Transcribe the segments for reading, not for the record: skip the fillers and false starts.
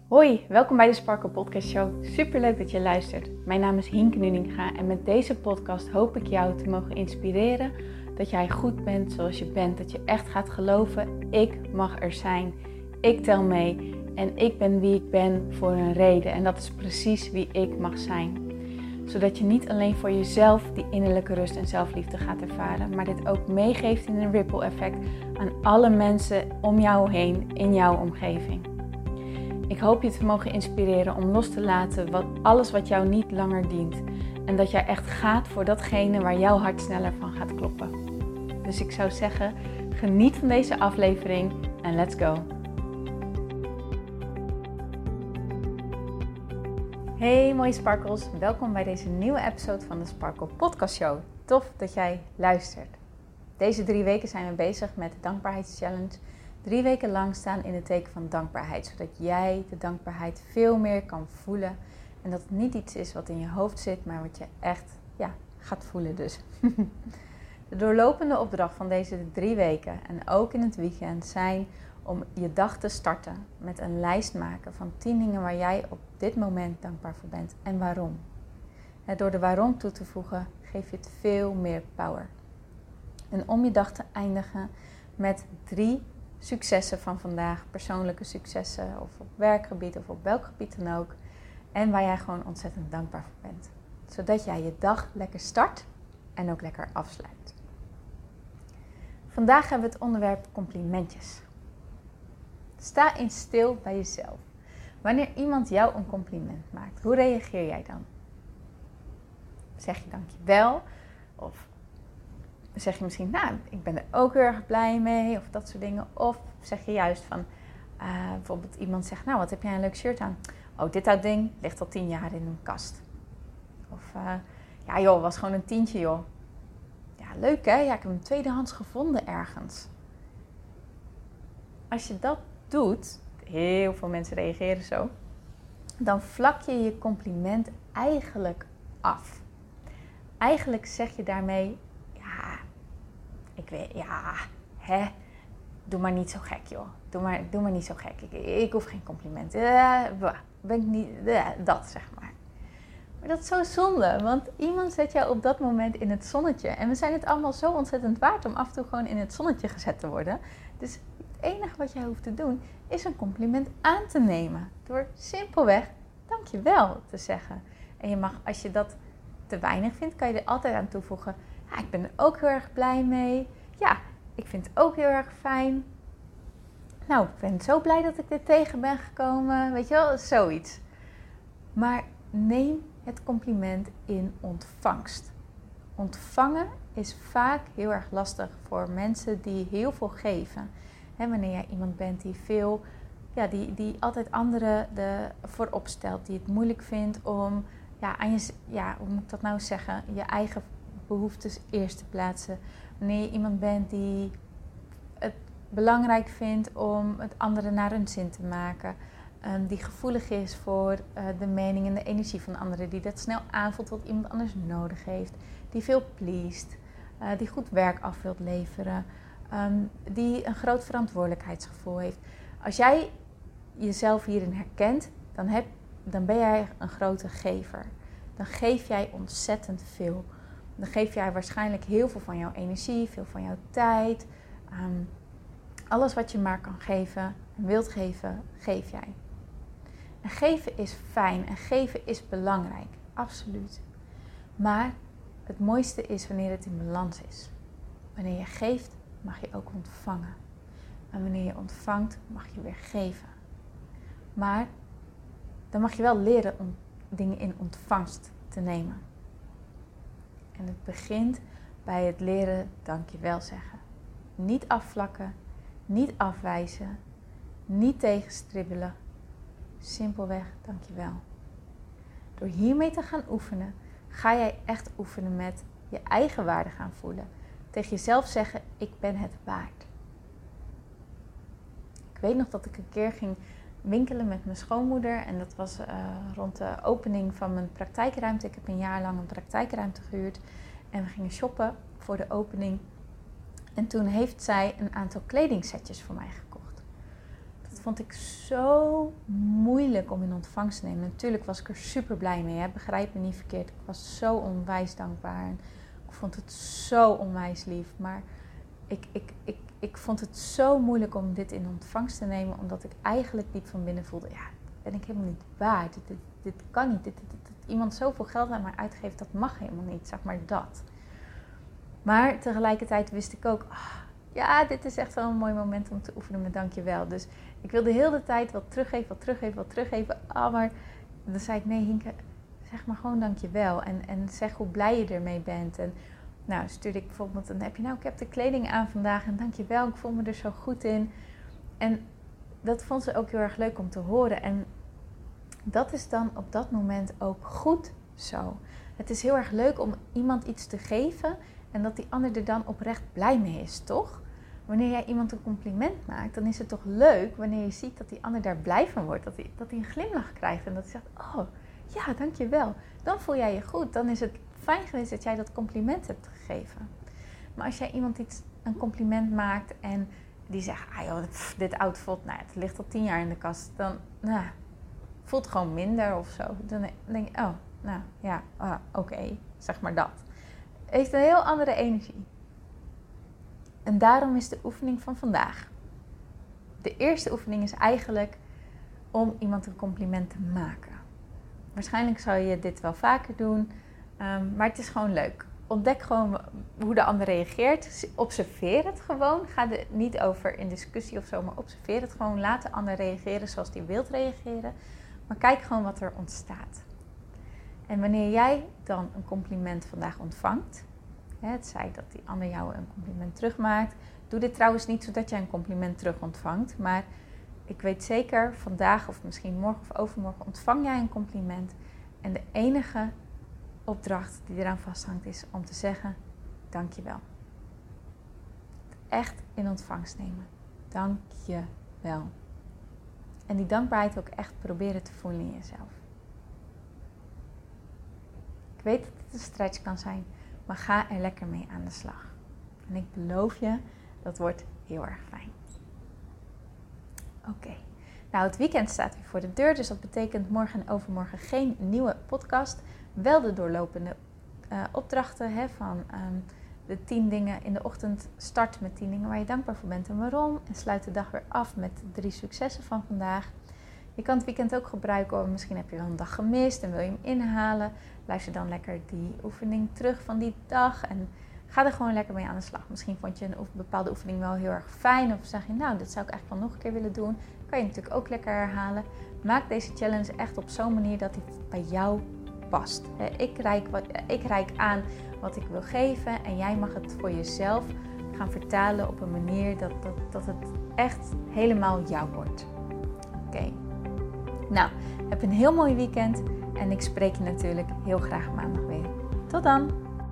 Hoi, welkom bij de Sparkle Podcast Show. Superleuk dat je luistert. Mijn naam is Hienke Nuninga en met deze podcast hoop ik jou te mogen inspireren dat jij goed bent zoals je bent. Dat je echt gaat geloven, ik mag er zijn, ik tel mee en ik ben wie ik ben voor een reden. En dat is precies wie ik mag zijn. Zodat je niet alleen voor jezelf die innerlijke rust en zelfliefde gaat ervaren, maar dit ook meegeeft in een ripple effect aan alle mensen om jou heen in jouw omgeving. Ik hoop je te mogen inspireren om los te laten alles wat jou niet langer dient. En dat jij echt gaat voor datgene waar jouw hart sneller van gaat kloppen. Dus ik zou zeggen, geniet van deze aflevering en let's go. Hey mooie sparkles, welkom bij deze nieuwe episode van de Sparkle Podcast Show. Tof dat jij luistert. Deze 3 weken zijn we bezig met de Dankbaarheidschallenge. 3 weken lang staan in het teken van dankbaarheid. Zodat jij de dankbaarheid veel meer kan voelen. En dat het niet iets is wat in je hoofd zit, maar wat je echt gaat voelen dus. De doorlopende opdracht van deze 3 weken en ook in het weekend zijn om je dag te starten met een lijst maken van 10 dingen waar jij op dit moment dankbaar voor bent en waarom. Door de waarom toe te voegen geef je het veel meer power. En om je dag te eindigen met 3 successen van vandaag, persoonlijke successen of op werkgebied of op welk gebied dan ook. En waar jij gewoon ontzettend dankbaar voor bent. Zodat jij je dag lekker start en ook lekker afsluit. Vandaag hebben we het onderwerp complimentjes. Sta eens stil bij jezelf. Wanneer iemand jou een compliment maakt, hoe reageer jij dan? Zeg je dankjewel? Of zeg je misschien, ik ben er ook heel erg blij mee, of dat soort dingen. Of zeg je juist van, bijvoorbeeld iemand zegt, wat heb jij een leuk shirt aan? Oh, dit oud ding ligt al 10 jaar in een kast. Of, was gewoon een tientje, joh. Ja, leuk hè? Ja, ik heb hem tweedehands gevonden ergens. Als je dat doet, heel veel mensen reageren zo, dan vlak je je compliment eigenlijk af. Eigenlijk zeg je daarmee, doe maar niet zo gek, joh. Doe maar niet zo gek. Ik hoef geen compliment. Ben ik niet, dat zeg maar. Maar dat is zo zonde, want iemand zet jou op dat moment in het zonnetje. En we zijn het allemaal zo ontzettend waard om af en toe gewoon in het zonnetje gezet te worden. Dus het enige wat jij hoeft te doen, is een compliment aan te nemen. Door simpelweg dankjewel te zeggen. En je mag, als je dat te weinig vindt, kan je er altijd aan toevoegen. Ik ben er ook heel erg blij mee. Ja, ik vind het ook heel erg fijn. Ik ben zo blij dat ik dit tegen ben gekomen. Weet je wel, zoiets. Maar neem het compliment in ontvangst. Ontvangen is vaak heel erg lastig voor mensen die heel veel geven. Wanneer jij iemand bent die veel, die altijd anderen voorop stelt. Die het moeilijk vindt om, hoe moet ik dat nou zeggen, je eigen behoeftes eerst te plaatsen. Wanneer je iemand bent die het belangrijk vindt om het anderen naar hun zin te maken. Die gevoelig is voor de mening en de energie van anderen. Die dat snel aanvoelt wat iemand anders nodig heeft. Die veel pleased. Die goed werk af wilt leveren. Die een groot verantwoordelijkheidsgevoel heeft. Als jij jezelf hierin herkent, dan ben jij een grote gever. Dan geef jij ontzettend veel. Dan geef jij waarschijnlijk heel veel van jouw energie, veel van jouw tijd. Alles wat je maar kan geven en wilt geven, geef jij. En geven is fijn en geven is belangrijk, absoluut. Maar het mooiste is wanneer het in balans is. Wanneer je geeft, mag je ook ontvangen. En wanneer je ontvangt, mag je weer geven. Maar dan mag je wel leren om dingen in ontvangst te nemen. En het begint bij het leren dankjewel zeggen. Niet afvlakken, niet afwijzen, niet tegenstribbelen. Simpelweg dankjewel. Door hiermee te gaan oefenen, ga jij echt oefenen met je eigen waarde gaan voelen. Tegen jezelf zeggen, ik ben het waard. Ik weet nog dat ik een keer ging winkelen met mijn schoonmoeder. En dat was rond de opening van mijn praktijkruimte. Ik heb een jaar lang een praktijkruimte gehuurd. En we gingen shoppen voor de opening. En toen heeft zij een aantal kledingsetjes voor mij gekocht. Dat vond ik zo moeilijk om in ontvangst te nemen. Natuurlijk was ik er super blij mee. Hè? Begrijp me niet verkeerd. Ik was zo onwijs dankbaar. En ik vond het zo onwijs lief. Maar ik vond het zo moeilijk om dit in ontvangst te nemen. Omdat ik eigenlijk diep van binnen voelde. Ja, dat ben ik helemaal niet waard. Dit kan niet. Iemand zoveel geld aan mij uitgeeft, dat mag helemaal niet. Zeg maar dat. Maar tegelijkertijd wist ik ook... ja, dit is echt wel een mooi moment om te oefenen met dankjewel. Dus ik wilde heel de tijd wat teruggeven. Maar dan zei ik, nee Hienke, zeg maar gewoon dankjewel. En zeg hoe blij je ermee bent. En nou, stuurde ik bijvoorbeeld een appje. Nou, ik heb de kleding aan vandaag en dankjewel. Ik voel me er zo goed in. En dat vond ze ook heel erg leuk om te horen. En dat is dan op dat moment ook goed zo. Het is heel erg leuk om iemand iets te geven en dat die ander er dan oprecht blij mee is, toch? Wanneer jij iemand een compliment maakt, dan is het toch leuk wanneer je ziet dat die ander daar blij van wordt. Dat hij een glimlach krijgt en dat hij zegt, oh ja, dankjewel. Dan voel jij je goed. Dan is het fijn geweest dat jij dat compliment hebt gegeven. Maar als jij iemand een compliment maakt en die zegt, ah joh, dit outfit, nou, het ligt al 10 jaar in de kast. Dan voelt het gewoon minder of zo. Dan denk je, oh, nou ja, oké, zeg maar dat. Heeft een heel andere energie. En daarom is de oefening van vandaag. De eerste oefening is eigenlijk om iemand een compliment te maken. Waarschijnlijk zou je dit wel vaker doen, maar het is gewoon leuk. Ontdek gewoon hoe de ander reageert. Observeer het gewoon. Ga er niet over in discussie of zo, maar observeer het gewoon. Laat de ander reageren zoals die wilt reageren. Maar kijk gewoon wat er ontstaat. En wanneer jij dan een compliment vandaag ontvangt, het zij dat die ander jou een compliment terugmaakt. Doe dit trouwens niet zodat jij een compliment terug ontvangt. Maar ik weet zeker, vandaag of misschien morgen of overmorgen ontvang jij een compliment. En de enige opdracht die eraan vasthangt is om te zeggen, dankjewel. Echt in ontvangst nemen. Dankjewel. En die dankbaarheid ook echt proberen te voelen in jezelf. Ik weet dat het een stretch kan zijn, maar ga er lekker mee aan de slag. En ik beloof je, dat wordt heel erg fijn. Oké. Nou, het weekend staat weer voor de deur, dus dat betekent morgen en overmorgen geen nieuwe podcast. Wel de doorlopende opdrachten van de 10 dingen in de ochtend. Start met 10 dingen waar je dankbaar voor bent en waarom. En sluit de dag weer af met 3 successen van vandaag. Je kan het weekend ook gebruiken, misschien heb je wel een dag gemist en wil je hem inhalen. Luister dan lekker die oefening terug van die dag en ga er gewoon lekker mee aan de slag. Misschien vond je een bepaalde oefening wel heel erg fijn of zeg je, nou, dit zou ik eigenlijk wel nog een keer willen doen. Kan je natuurlijk ook lekker herhalen. Maak deze challenge echt op zo'n manier dat het bij jou past. Ik reik aan wat ik wil geven en jij mag het voor jezelf gaan vertalen op een manier dat het echt helemaal jou wordt. Oké. Nou, heb een heel mooi weekend en ik spreek je natuurlijk heel graag maandag weer. Tot dan!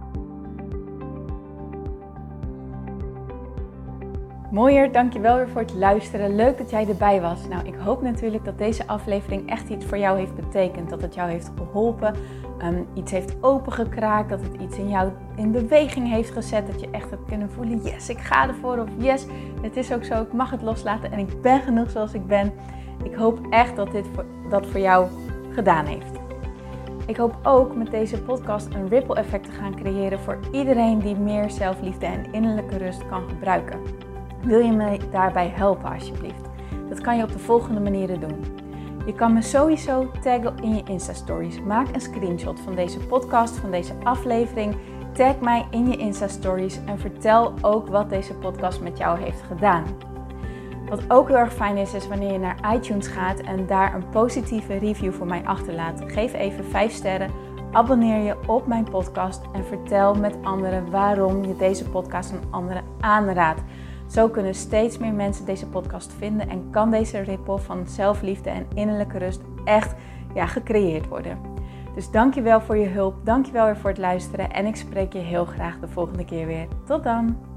Mooier, dankjewel weer voor het luisteren. Leuk dat jij erbij was. Nou, ik hoop natuurlijk dat deze aflevering echt iets voor jou heeft betekend. Dat het jou heeft geholpen, iets heeft opengekraakt, dat het iets in jou in beweging heeft gezet. Dat je echt hebt kunnen voelen, yes, ik ga ervoor. Of yes, het is ook zo, ik mag het loslaten en ik ben genoeg zoals ik ben. Ik hoop echt dat dit dat voor jou gedaan heeft. Ik hoop ook met deze podcast een ripple effect te gaan creëren voor iedereen die meer zelfliefde en innerlijke rust kan gebruiken. Wil je me daarbij helpen alsjeblieft? Dat kan je op de volgende manieren doen. Je kan me sowieso taggen in je Insta-stories. Maak een screenshot van deze podcast, van deze aflevering. Tag mij in je Insta-stories en vertel ook wat deze podcast met jou heeft gedaan. Wat ook heel erg fijn is wanneer je naar iTunes gaat en daar een positieve review voor mij achterlaat. Geef even 5 sterren, abonneer je op mijn podcast en vertel met anderen waarom je deze podcast aan anderen aanraadt. Zo kunnen steeds meer mensen deze podcast vinden en kan deze ripple van zelfliefde en innerlijke rust echt gecreëerd worden. Dus dankjewel voor je hulp, dankjewel weer voor het luisteren en ik spreek je heel graag de volgende keer weer. Tot dan!